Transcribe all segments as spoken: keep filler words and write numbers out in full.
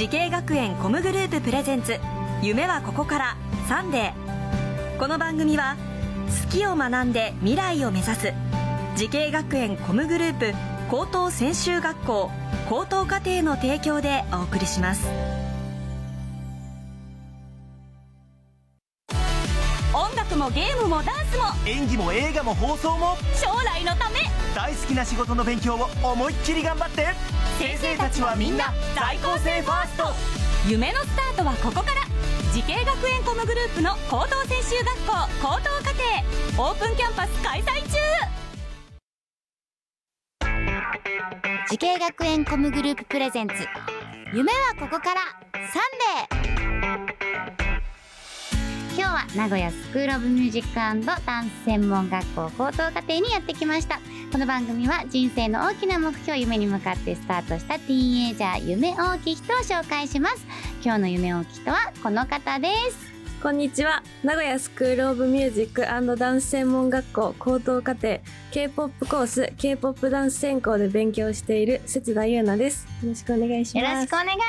時系学園コムグループプレゼンツ夢はここからサンデー。この番組は好きを学んで未来を目指す時系学園コムグループ高等専修学校高等課程の提供でお送りします。音楽もゲームもダンスも演技も映画も放送も将来のため、 大好きな仕事の勉強を思いっきり頑張って。先生たちはみんな在校生ファースト。 夢のスタートはここから。時系学園コムグループの高等専修学校高等課程オープンキャンパス開催中。 時系学園コムグループプレゼンツ夢はここからサンデー。今日は名古屋スクールオブミュージック&ダンス専門学校高等課程にやってきました。この番組は人生の大きな目標、夢に向かってスタートしたティーンエイジャー夢大きい人を紹介します。今日の夢大きい人はこの方です。 こんにちは。名古屋スクールオブミュージック&ダンス専門学校高等課程 K-ポップ コース K-ポップ ダンス専攻で勉強している節田優奈です。よろしくお願いします。 よろしくお願いします。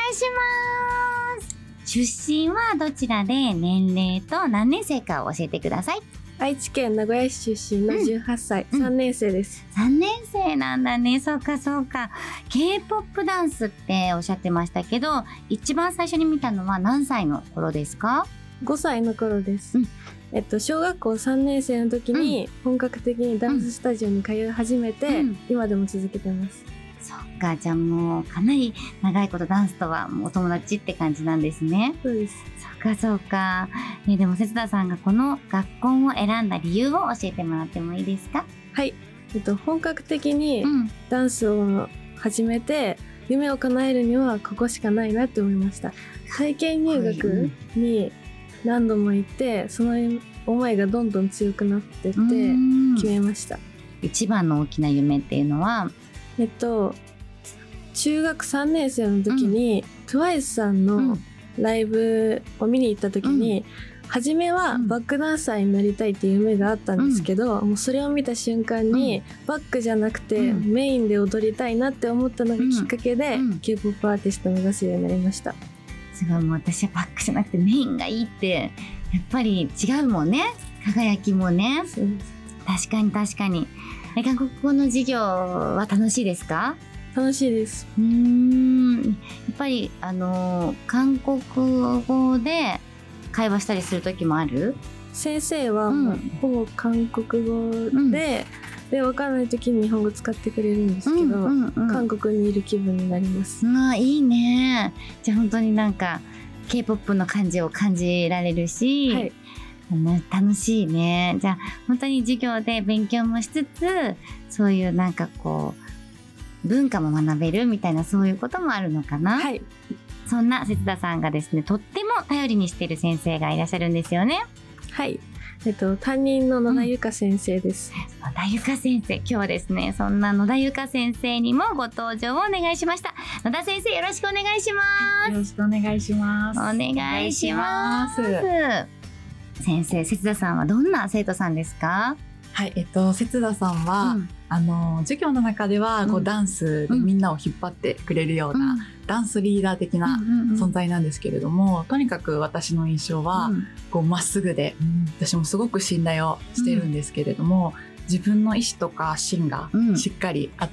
出身はどちらで、年齢と何年生かを教えてください。 愛知県名古屋市出身のじゅうはっさい、うん、さんねん生です。 さんねん生なんだね。そうかそうか。 K-ポップ ダンスっておっしゃってましたけど、一番最初に見たのは何歳の頃ですか？ ごさいの頃です、うん、えっと小学校さんねん生の時に本格的にダンススタジオに通い始めて、うん、今でも続けてます。 そっか、じゃあもうかなり長いことダンスとはもうお友達って感じなんですね。 そうです。 そっかそうか。えー、でも節田さんがこの学校を選んだ理由を教えてもらってもいいですか？ はい、えっと、本格的にダンスを始めて、うん、夢を叶えるにはここしかないなって思いました。体験入学に何度も行って、その思いがどんどん強くなってって決めました。 一番の大きな夢っていうのは、 えっと中学さんねん生の時に、うん、トゥワイス さんのライブを見に行った時に、うん、初めはバックダンサーになりたいっていう夢があったんですけど、うん、もうそれを見た瞬間に、うん、バックじゃなくて、うん、メインで踊りたいなって思ったのがきっかけで、うん、K-ポップ アーティストを目指すようになりました。 すごい。もう私はバックじゃなくてメインがいいってやっぱり違うもんね。輝きもね。 そうです。 確かに確かに。韓国語の授業は楽しいですか？ 楽しいです。 うーん、やっぱりあの韓国語で会話したりする時もある？ 先生は、うん、ほぼ韓国語で、うん、で分からない時に日本語使ってくれるんですけど、うんうんうん、韓国にいる気分になります。 まあいいね。じゃあ本当になんか K-ポップ の感じを感じられるし、はい、楽しいね。じゃあ本当に授業で勉強もしつつ、そういうなんかこう文化も学べるみたいな、そういうこともあるのかな。 はい。 そんな節田さんがですね、とっても頼りにしている先生がいらっしゃるんですよね。 はい。えっと担任の野田由香先生です。 うん、野田由香先生、今日はですね、そんな野田由香先生にもご登場をお願いしました。野田先生、よろしくお願いします。 よろしくお願いします。 お願いします。先生、節田さんはどんな生徒さんですか？ はい、えっと節田さんは、うん、あの授業の中ではこう、うん、ダンスでみんなを引っ張ってくれるような、うん、ダンスリーダー的な存在なんですけれども、うんうんうん、とにかく私の印象は、うん、こうまっすぐで、うん、私もすごく信頼をしているんですけれども、うん、自分の意思とか芯がしっかりあって、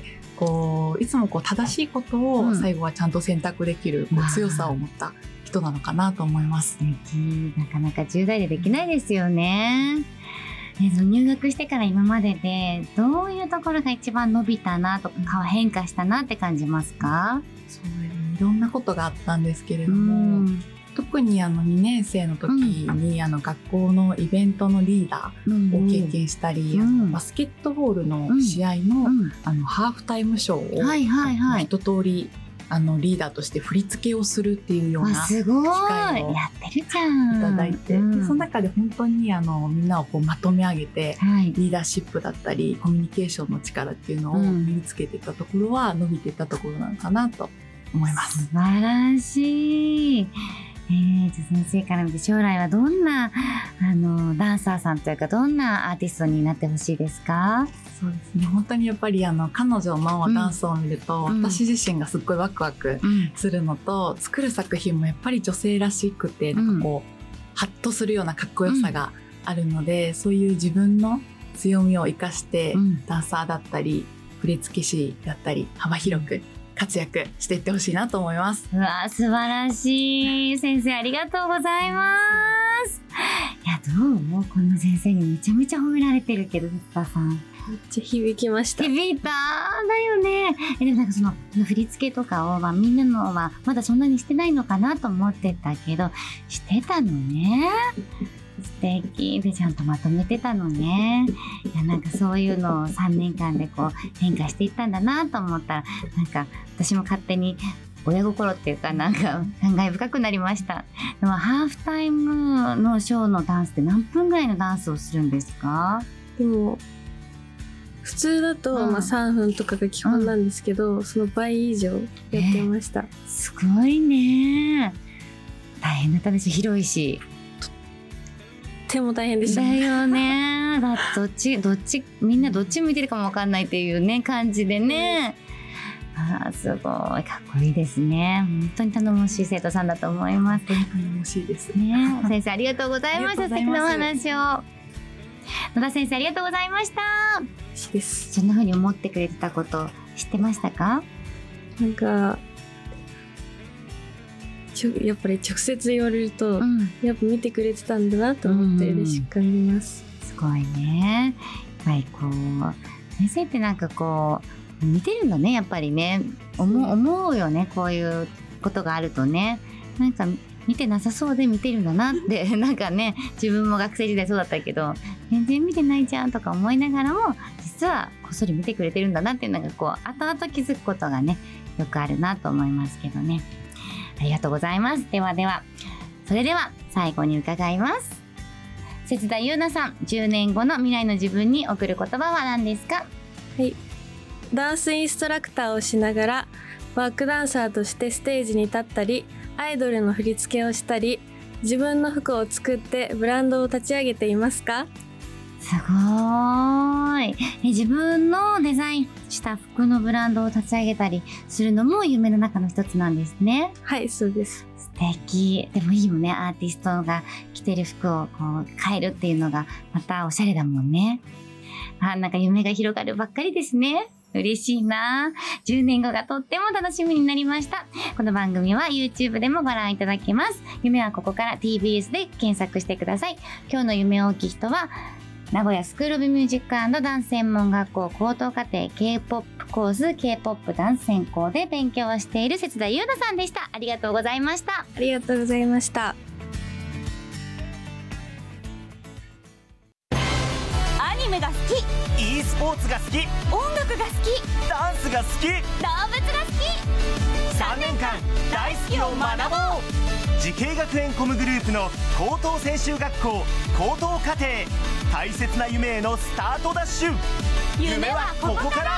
うん、こういつもこう正しいことを最後はちゃんと選択できる、こう強さを持った人なのかなと思います。 なかなかじゅう代でできないですよね。入学してから今まででどういうところが一番伸びたなとか変化したなって感じますか？ そう、いろんなことがあったんですけれども、うん、特にあのにねん生の時に、うん、あの学校のイベントのリーダーを経験したり、うん、あのバスケットボールの試合の、うん、あのハーフタイムショーを、はいはいはい、一通りあのリーダーとして振り付けをするっていうような機会をいただいて、うん、その中で本当にあのみんなをこうまとめ上げて、はい、リーダーシップだったりコミュニケーションの力っていうのを身につけていったところは伸びていったところなのかなと思います。 素晴らしい。 えー、じゃあ先生から見て将来はどんなあのダンサーさんというかどんなアーティストになってほしいですか？ そうですね、本当にやっぱりあの彼女のダンスを見ると、うん、私自身がすっごいワクワクするのと、うん、作る作品もやっぱり女性らしくて、なんかこう、うん、ハッとするようなかっこよさがあるので、うん、そういう自分の強みを生かして、うん、ダンサーだったり振付師だったり幅広く活躍していってほしいなと思います。 うわ素晴らしい。先生ありがとうございます。いやどうもこの先生にめちゃめちゃ褒められてるけど藤田さんめっちゃ響きました。 響いただよね。えでもなんかその振り付けとかを、まあ、みんなのはまだそんなにしてないのかなと思ってたけどしてたのね。素敵でちゃんとまとめてたのね。いやなんかそういうのをさんねんかんでこう変化していったんだなと思ったらなんか私も勝手に親心っていうかなんか感慨深くなりました。でもハーフタイムのショーのダンスって何分ぐらいのダンスをするんですか？ でも普通だと、うんまあ、さんぷんとかが基本なんですけど、うん、その倍以上やってました、 えー、すごいね。大変だったでしょ。広いしとっても大変でしただよね。だってどっちどっちみんなどっち向いてるかも分かんないっていうね感じでね、うん、あすごいかっこいいですね。本当に頼もしい生徒さんだと思います。 本当に頼もしいですね。先生ありがとうございました。素敵なお話を。野田先生ありがとうございました。 です。 そんな風に思ってくれてたこと知ってましたか？ なんかちょやっぱり直接言われると、うん、やっぱ見てくれてたんだなと思って嬉しく感じます、 うん、すごいね。やっぱりこう先生ってなんかこう見てるんだねやっぱりね。思う、思うよね。こういうことがあるとねなんか見てなさそうで見てるんだなってなんかね自分も学生時代そうだったけど全然見てないじゃんとか思いながらも実はこっそり見てくれてるんだなっていうのがこう後々気づくことがねよくあるなと思いますけどね。ありがとうございます。ではではそれでは最後に伺います。節田優奈さん、じゅうねんごの未来の自分に送る言葉は何ですか？ はい、ダンスインストラクターをしながらバックダンサーとしてステージに立ったりアイドルの振り付けをしたり自分の服を作ってブランドを立ち上げていますか？ すごーい。え自分のデザインした服のブランドを立ち上げたりするのも夢の中の一つなんですね。 はいそうです。 素敵。でもいいよね。アーティストが着てる服をこう変えるっていうのがまたおしゃれだもんね。あなんか夢が広がるばっかりですね。嬉しいな。じゅうねんごがとっても楽しみになりました。この番組は YouTube でもご覧いただけます。夢はここから ティービーエス で検索してください。今日の夢大きい人は名古屋スクールオブミュージック&ダンス専門学校高等課程 K-ポップ コース K-ポップ ダンス専攻で勉強をしている節田優奈さんでした。ありがとうございました。 ありがとうございました。 アニメが好き、 e スポーツが好き、 音楽が好き、 ダンスが好き、 動物が好き。 さんねんかん大好きを学ぼう。慈恵学園コムグループの高等専修学校高等課程、大切な夢へのスタートダッシュ。夢はここから。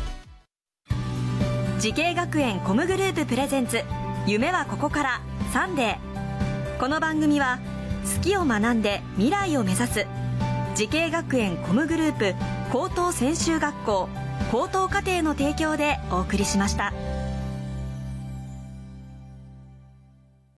慈恵学園コムグループプレゼンツ夢はここからサンデー。この番組は好きを学んで未来を目指す慈恵学園コムグループ高等専修学校高等課程の提供でお送りしました。